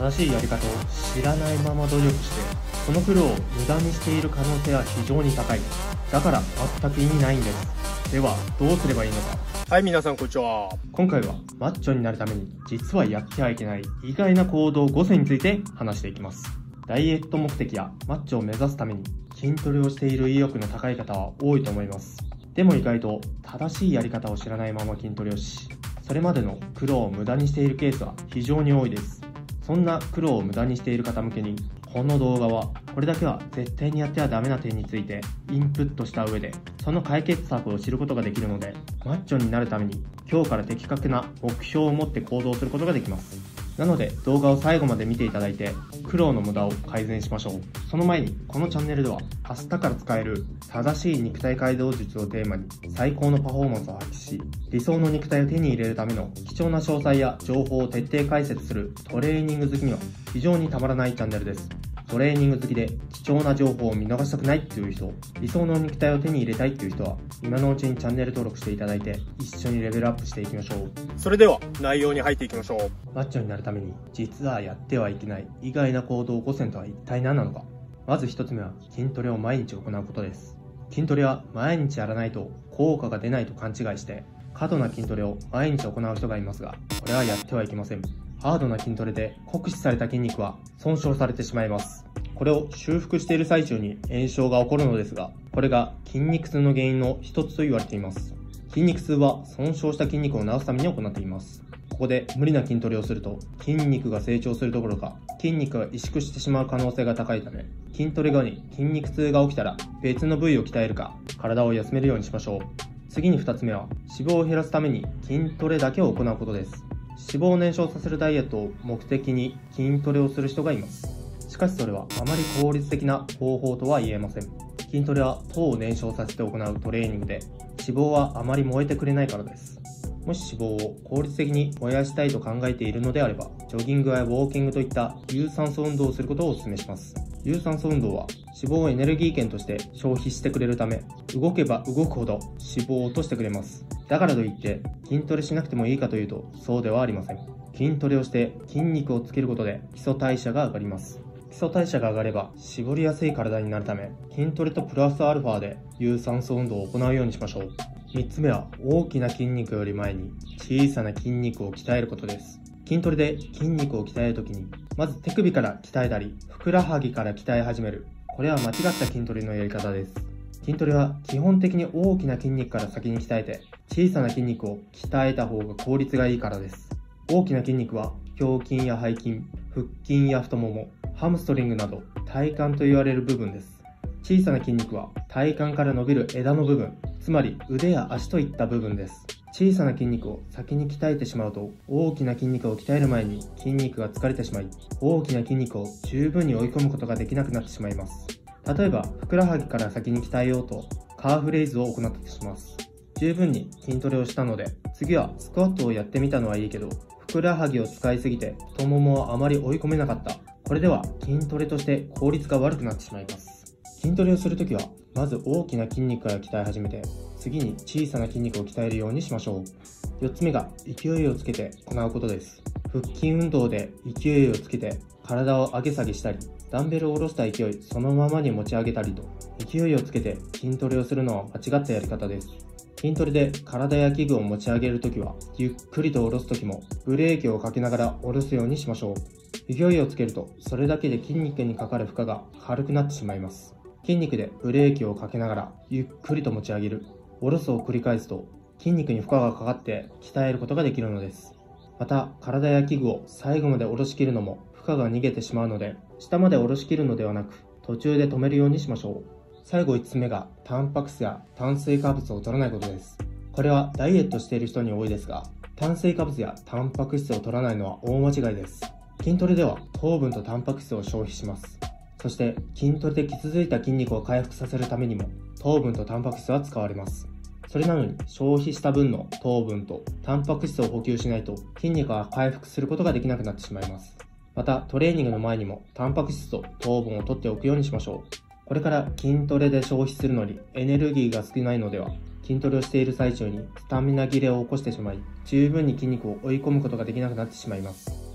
正しいやり方を知らないまま努力して、その苦労を無駄にしている可能性は非常に高い。だから全く意味ないんです。ではどうすればいいのか。 はい、皆さんこんにちは。 今回はマッチョになるために実はやってはいけない意外な行動5選について話していきます。ダイエット目的やマッチョを目指すために筋トレをしている意欲の高い方は多いと思います。でも意外と正しいやり方を知らないまま筋トレをし、それまでの苦労を無駄にしているケースは非常に多いです。そんな苦労を無駄にしている方向けに、この動画はこれだけは絶対にやってはダメな点についてインプットした上で、その解決策を知ることができるので、マッチョになるために今日から的確な目標を持って行動することができます。なので動画を最後まで見ていただいて、苦労の無駄を改善しましょう。その前にこのチャンネルでは明日から使える正しい肉体改造術をテーマに最高のパフォーマンスを発揮し、理想の肉体を手に入れるための貴重な詳細や情報を徹底解説するトレーニング好きには非常にたまらないチャンネルです。トレーニング好きで貴重な情報を見逃したくないっていう人、理想の肉体を手に入れたいっていう人は今のうちにチャンネル登録していただいて一緒にレベルアップしていきましょう。 それでは内容に入っていきましょう。 マッチョになるために実はやってはいけない意外な行動5選とは一体何なのか。まず1つ目は筋トレを毎日行うことです。筋トレは毎日やらないと効果が出ないと勘違いして過度な筋トレを毎日行う人がいますが、これはやってはいけません。ハードな筋トレで酷使された筋肉は損傷されてしまいます。これを修復している最中に炎症が起こるのですが、これが筋肉痛の原因の一つと言われています。筋肉痛は損傷した筋肉を治すために行っています。ここで無理な筋トレをすると筋肉が成長するどころか筋肉が萎縮してしまう可能性が高いため、筋トレ後に筋肉痛が起きたら別の部位を鍛えるか体を休めるようにしましょう。次に2つ目は脂肪を減らすために筋トレだけを行うことです。脂肪を燃焼させるダイエットを目的に筋トレをする人がいます。しかしそれはあまり効率的な方法とは言えません。筋トレは糖を燃焼させて行うトレーニングで、脂肪はあまり燃えてくれないからです。もし脂肪を効率的に燃やしたいと考えているのであれば、ジョギングやウォーキングといった有酸素運動をすることをお勧めします。有酸素運動は脂肪をエネルギー源として消費してくれるため、動けば動くほど脂肪を落としてくれます。だからといって筋トレしなくてもいいかというとそうではありません。筋トレをして筋肉をつけることで基礎代謝が上がります。基礎代謝が上がれば絞りやすい体になるため、筋トレとプラスアルファで有酸素運動を行うようにしましょう。3つ目は大きな筋肉より前に小さな筋肉を鍛えることです。筋トレで筋肉を鍛えるときに、まず手首から鍛えたりふくらはぎから鍛え始める。これは間違った筋トレのやり方です。筋トレは基本的に大きな筋肉から先に鍛えて、小さな筋肉を鍛えた方が効率がいいからです。大きな筋肉は胸筋や背筋、腹筋や太もも、ハムストリングなど体幹と言われる部分です。小さな筋肉は体幹から伸びる枝の部分、つまり腕や足といった部分です。小さな筋肉を先に鍛えてしまうと、大きな筋肉を鍛える前に筋肉が疲れてしまい、大きな筋肉を十分に追い込むことができなくなってしまいます。例えばふくらはぎから先に鍛えようとカーフレイズを行ったとします。十分に筋トレをしたので、次はスクワットをやってみたのはいいけど、ふくらはぎを使いすぎて太ももをあまり追い込めなかった。これでは筋トレとして効率が悪くなってしまいます。筋トレをするときはまず大きな筋肉から鍛え始めて、次に小さな筋肉を鍛えるようにしましょう。4つ目が勢いをつけて行うことです。腹筋運動で勢いをつけて体を上げ下げしたり、ダンベルを下ろした勢いそのままに持ち上げたりと、勢いをつけて筋トレをするのは間違ったやり方です。筋トレで体や器具を持ち上げるときはゆっくりと下ろすときもブレーキをかけながら下ろすようにしましょう。勢いをつけるとそれだけで筋肉にかかる負荷が軽くなってしまいます。筋肉でブレーキをかけながらゆっくりと持ち上げる、下ろすを繰り返すと筋肉に負荷がかかって鍛えることができるのです。また体や器具を最後まで下ろしきるのも負荷が逃げてしまうので、下まで下ろしきるのではなく途中で止めるようにしましょう。最後5つ目がタンパク質や炭水化物を摂らないことです。これはダイエットしている人に多いですが、炭水化物やタンパク質を摂らないのは大間違いです。筋トレでは糖分とタンパク質を消費します。そして筋トレで傷ついた筋肉を回復させるためにも糖分とタンパク質は使われます。それなのに消費した分の糖分とタンパク質を補給しないと筋肉が回復することができなくなってしまいます。またトレーニングの前にもタンパク質と糖分を取っておくようにしましょう。これから筋トレで消費するのにエネルギーが少ないのでは、筋トレをしている最中にスタミナ切れを起こしてしまい、十分に筋肉を追い込むことができなくなってしまいます。し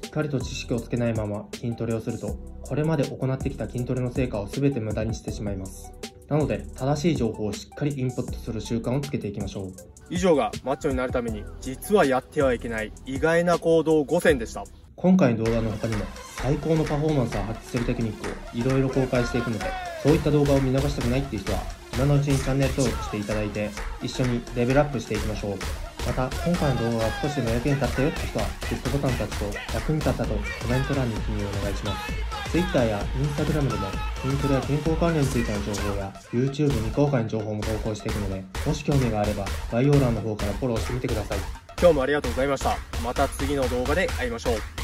っかりと知識をつけないまま筋トレをすると、これまで行ってきた筋トレの成果を全て無駄にしてしまいます。なので、正しい情報をしっかりインプットする習慣をつけていきましょう。 以上がマッチョになるために実はやってはいけない意外な行動5選でした。 今回の動画の他にも最高のパフォーマンスを発揮するテクニックをいろいろ公開していくので、そういった動画を見逃したくないっていう人は今のうちにチャンネル登録していただいて、一緒にレベルアップしていきましょう。また今回の動画が少しでも役に立ったよって人はグッドボタンタッチと役に立ったとコメント欄に記入お願いします。Twitter や Instagram でも筋トレや健康関連についての情報や YouTube 未公開の情報も投稿していくので、もし興味があれば概要欄の方からフォローしてみてください。 今日もありがとうございました。また次の動画で会いましょう。